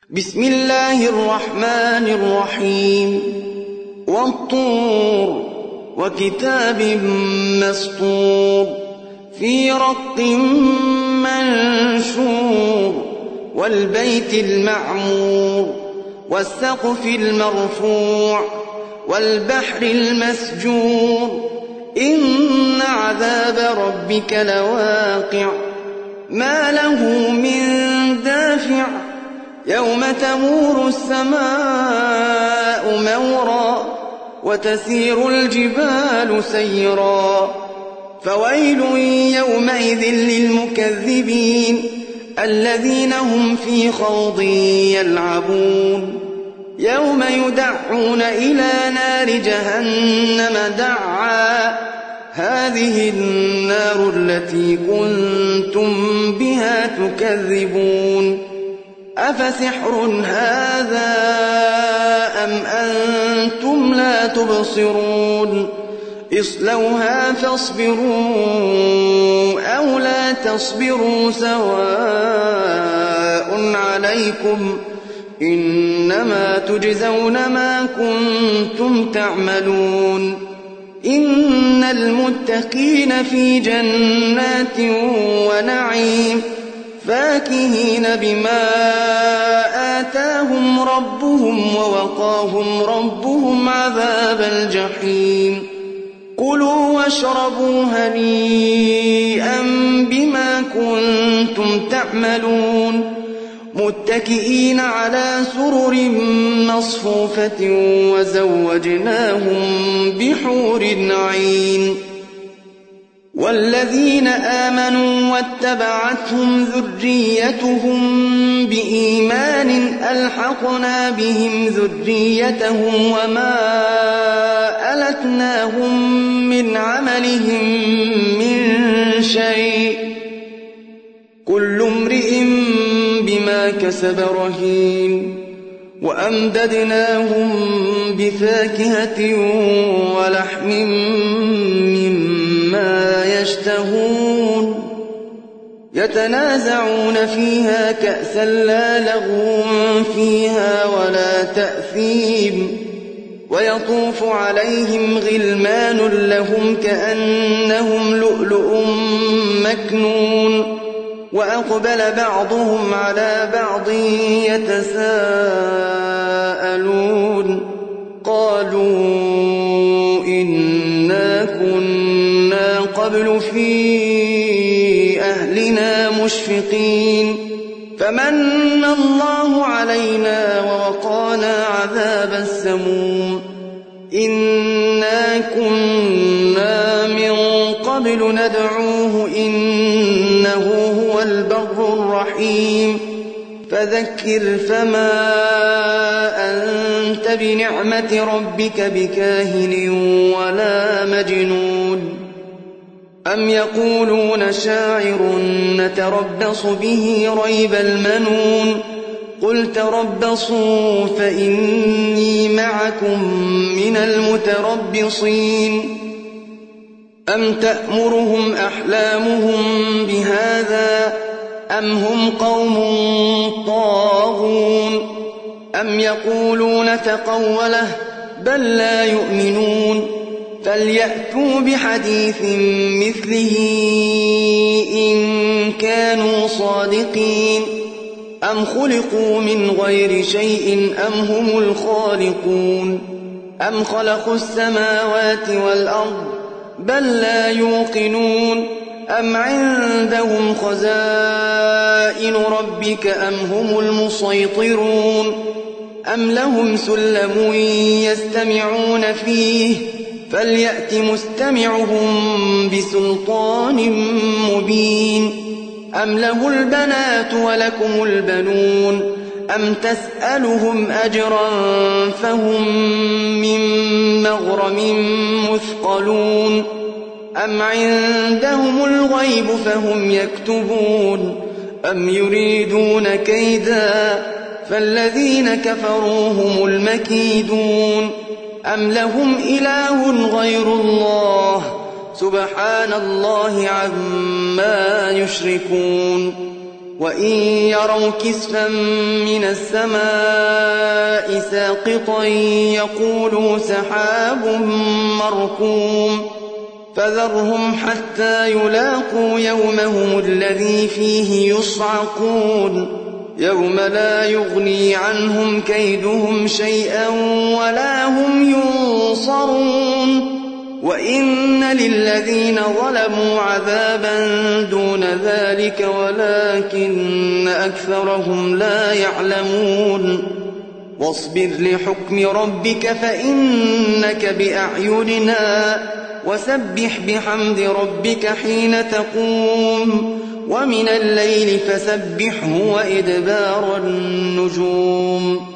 بسم الله الرحمن الرحيم والطور وكتاب مسطور في رق منشور والبيت المعمور والسقف المرفوع والبحر المسجور إن عذاب ربك لواقع ما له من دافع يوم تمور السماء مورا وتسير الجبال سيرا فويل يومئذ للمكذبين الذين هم في خوض يلعبون يوم يدعون إلى نار جهنم دعا هذه النار التي كنتم بها تكذبون أفسحر هذا أم أنتم لا تبصرون اصلوها فاصبروا أو لا تصبروا سواء عليكم إنما تجزون ما كنتم تعملون إن المتقين في جنات ونعيم فاكهين بما آتاهم ربهم ووقاهم ربهم عذاب الجحيم كلوا واشربوا هنيئا بما كنتم تعملون متكئين على سرر مصفوفة وزوجناهم بحور عين والذين آمنوا واتبعتهم ذريتهم بإيمان ألحقنا بهم ذريتهم وما ألتناهم من عملهم من شيء كل امرئ بما كسب رهين وأمددناهم بفاكهة ولحم مما يشتهون يتنازعون فيها كأسا لا لغو فيها ولا تأثيم ويطوف عليهم غلمان لهم كأنهم لؤلؤ مكنون وأقبل بعضهم على بعض يتساءلون قالوا إنا كنا قبل في أهلنا مشفقين فمن الله علينا ووقانا عذاب السموم إنا كنا من قبل ندعوه إنه هو البر الرحيم فذكر فما أنت بنعمة ربك بكاهن ولا مجنون أم يقولون شاعر نتربص به ريب المنون قل تربصوا فإني معكم من المتربصين أم تأمرهم أحلامهم بهذا أم هم قوم طاغون أم يقولون تقوله بل لا يؤمنون فليأتوا بحديث مثله إن كانوا صادقين أم خلقوا من غير شيء أم هم الخالقون أم خلقوا السماوات والأرض بل لا يوقنون أم عندهم خزائن ربك أم هم المسيطرون أم لهم سلم يستمعون فيه فليأت مستمعهم بسلطان مبين أم له البنات ولكم البنون أم تسألهم أجرا فهم من مغرم مثقلون أم عندهم الغيب فهم يكتبون أم يريدون كيدا فالذين كفروا هم المكيدون أم لهم إله غير الله سبحان الله عما يشركون وإن يروا كسفا من السماء ساقطا يقولوا سحاب مركوم فذرهم حتى يلاقوا يومهم الذي فيه يصعقون يوم لا يغني عنهم كيدهم شيئا ولا هم ينصرون وإن للذين ظلموا عذابا دون ذلك ولكن أكثرهم لا يعلمون واصبر لحكم ربك فإنك بأعيننا وسبح بحمد ربك حين تقوم ومن الليل فسبحه وإدبار النجوم